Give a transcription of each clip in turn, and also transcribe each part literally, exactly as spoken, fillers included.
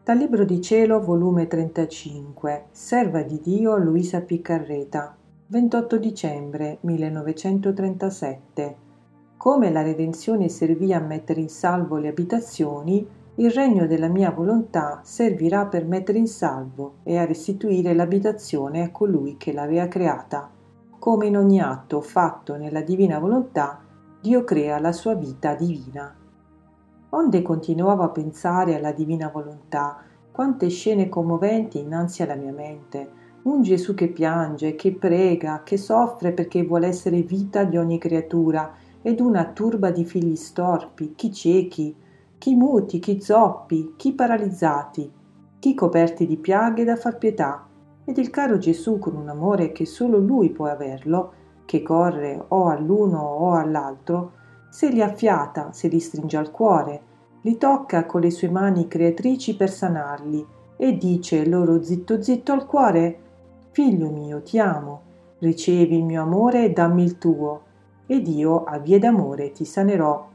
Dal Libro di Cielo, volume trentacinque, Serva di Dio Luisa Piccarreta, ventotto dicembre millenovecentotrentasette. Come la redenzione servì a mettere in salvo le abitazioni, il regno della mia volontà servirà per mettere in salvo e a restituire l'abitazione a colui che l'aveva creata. Come in ogni atto fatto nella divina volontà, Dio crea la sua vita divina. Onde continuavo a pensare alla divina volontà, quante scene commoventi innanzi alla mia mente, un Gesù che piange, che prega, che soffre perché vuole essere vita di ogni creatura, ed una turba di figli storpi, chi ciechi, chi muti, chi zoppi, chi paralizzati, chi coperti di piaghe da far pietà, ed il caro Gesù con un amore che solo Lui può averlo, che corre o all'uno o all'altro, se li affiata, se li stringe al cuore, li tocca con le sue mani creatrici per sanarli e dice loro zitto zitto al cuore: «Figlio mio, ti amo, ricevi il mio amore e dammi il tuo, ed io a vie d'amore ti sanerò».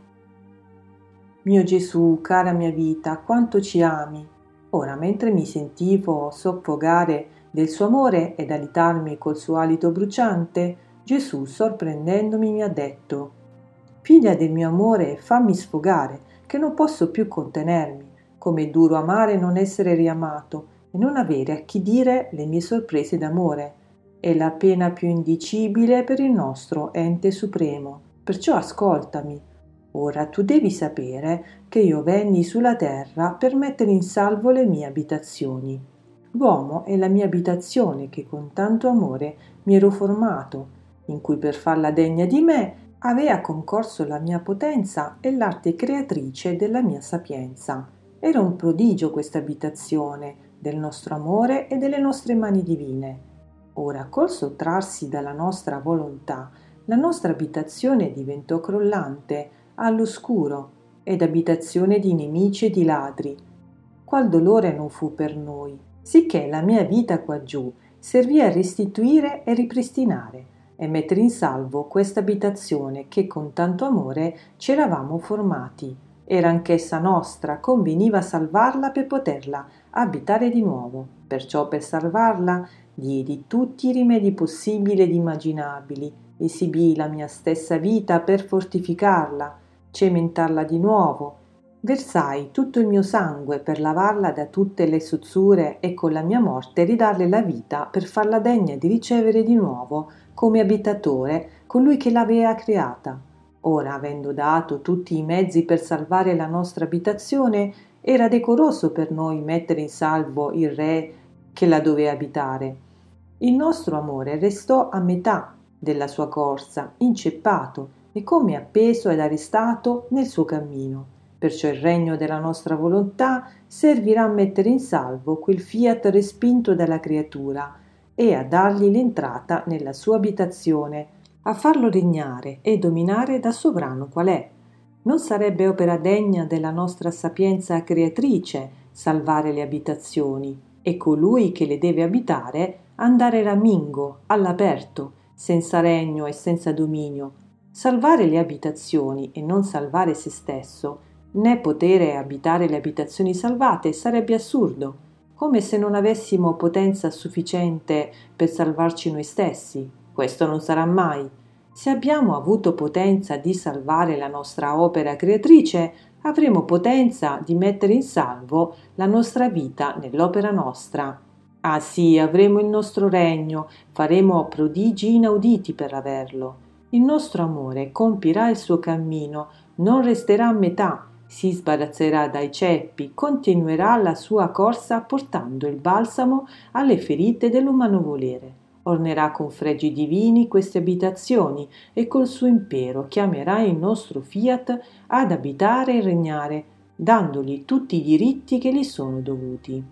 Mio Gesù, cara mia vita, quanto ci ami! Ora, mentre mi sentivo soffogare del suo amore ed alitarmi col suo alito bruciante, Gesù, sorprendendomi, mi ha detto: «Figlia del mio amore, fammi sfogare, che non posso più contenermi. Com'è duro amare e non essere riamato e non avere a chi dire le mie sorprese d'amore. È la pena più indicibile per il nostro ente supremo. Perciò ascoltami. Ora tu devi sapere che io venni sulla terra per mettere in salvo le mie abitazioni. L'uomo è la mia abitazione che con tanto amore mi ero formato, in cui per farla degna di me avea concorso la mia potenza e l'arte creatrice della mia sapienza. Era un prodigio questa abitazione del nostro amore e delle nostre mani divine. Ora, col sottrarsi dalla nostra volontà, la nostra abitazione diventò crollante, all'oscuro, ed abitazione di nemici e di ladri. Qual dolore non fu per noi, sicché la mia vita quaggiù servì a restituire e ripristinare e mettere in salvo questa abitazione che con tanto amore ci eravamo formati. Era anch'essa nostra, conveniva salvarla per poterla abitare di nuovo. Perciò per salvarla diedi tutti i rimedi possibili ed immaginabili, esibii la mia stessa vita per fortificarla, cementarla di nuovo, versai tutto il mio sangue per lavarla da tutte le sozzure e con la mia morte ridarle la vita per farla degna di ricevere di nuovo come abitatore colui che l'aveva creata. Ora, avendo dato tutti i mezzi per salvare la nostra abitazione, era decoroso per noi mettere in salvo il re che la doveva abitare. Il nostro amore restò a metà della sua corsa, inceppato e come appeso ed arrestato nel suo cammino. Perciò il regno della nostra volontà servirà a mettere in salvo quel fiat respinto dalla creatura e a dargli l'entrata nella sua abitazione, a farlo regnare e dominare da sovrano qual è. Non sarebbe opera degna della nostra sapienza creatrice salvare le abitazioni e colui che le deve abitare andare ramingo, all'aperto, senza regno e senza dominio. Salvare le abitazioni e non salvare se stesso, né potere abitare le abitazioni salvate sarebbe assurdo, come se non avessimo potenza sufficiente per salvarci noi stessi. Questo non sarà mai. Se abbiamo avuto potenza di salvare la nostra opera creatrice, avremo potenza di mettere in salvo la nostra vita nell'opera nostra. Ah sì, avremo il nostro regno, faremo prodigi inauditi per averlo. Il nostro amore compirà il suo cammino, non resterà a metà, si sbarazzerà dai ceppi, continuerà la sua corsa portando il balsamo alle ferite dell'umano volere. Ornerà con fregi divini queste abitazioni e col suo impero chiamerà il nostro fiat ad abitare e regnare, dandogli tutti i diritti che gli sono dovuti.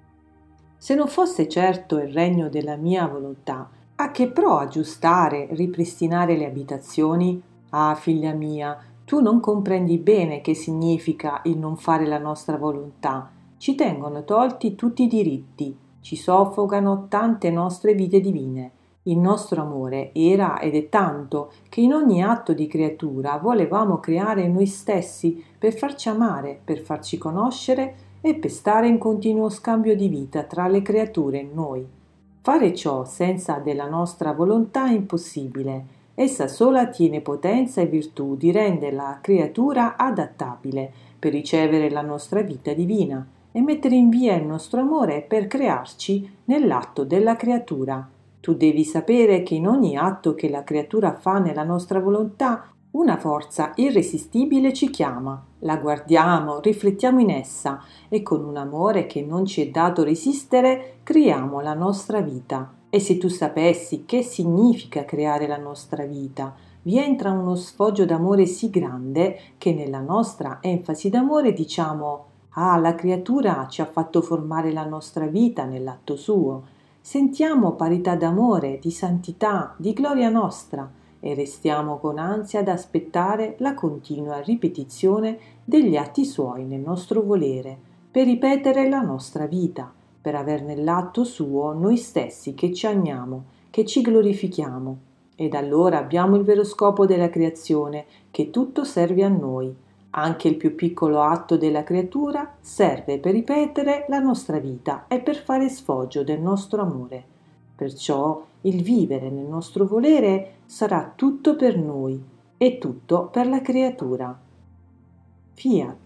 Se non fosse certo il regno della mia volontà, a che pro aggiustare, ripristinare le abitazioni? Ah, figlia mia, tu non comprendi bene che significa il non fare la nostra volontà. Ci tengono tolti tutti i diritti, ci soffocano tante nostre vite divine. Il nostro amore era ed è tanto che in ogni atto di creatura volevamo creare noi stessi per farci amare, per farci conoscere e per stare in continuo scambio di vita tra le creature e noi. Fare ciò senza della nostra volontà è impossibile. Essa sola tiene potenza e virtù di rendere la creatura adattabile per ricevere la nostra vita divina e mettere in via il nostro amore per crearci nell'atto della creatura. Tu devi sapere che in ogni atto che la creatura fa nella nostra volontà, una forza irresistibile ci chiama, la guardiamo, riflettiamo in essa e con un amore che non ci è dato resistere creiamo la nostra vita. E se tu sapessi che significa creare la nostra vita, vi entra uno sfoggio d'amore sì grande che nella nostra enfasi d'amore diciamo «Ah, la creatura ci ha fatto formare la nostra vita nell'atto suo». Sentiamo parità d'amore, di santità, di gloria nostra e restiamo con ansia ad aspettare la continua ripetizione degli atti suoi nel nostro volere, per ripetere la nostra vita, per aver nell'atto suo noi stessi che ci amiamo, che ci glorifichiamo. Ed allora abbiamo il vero scopo della creazione, che tutto serve a noi. Anche il più piccolo atto della creatura serve per ripetere la nostra vita e per fare sfoggio del nostro amore. Perciò il vivere nel nostro volere sarà tutto per noi e tutto per la creatura. Fiat.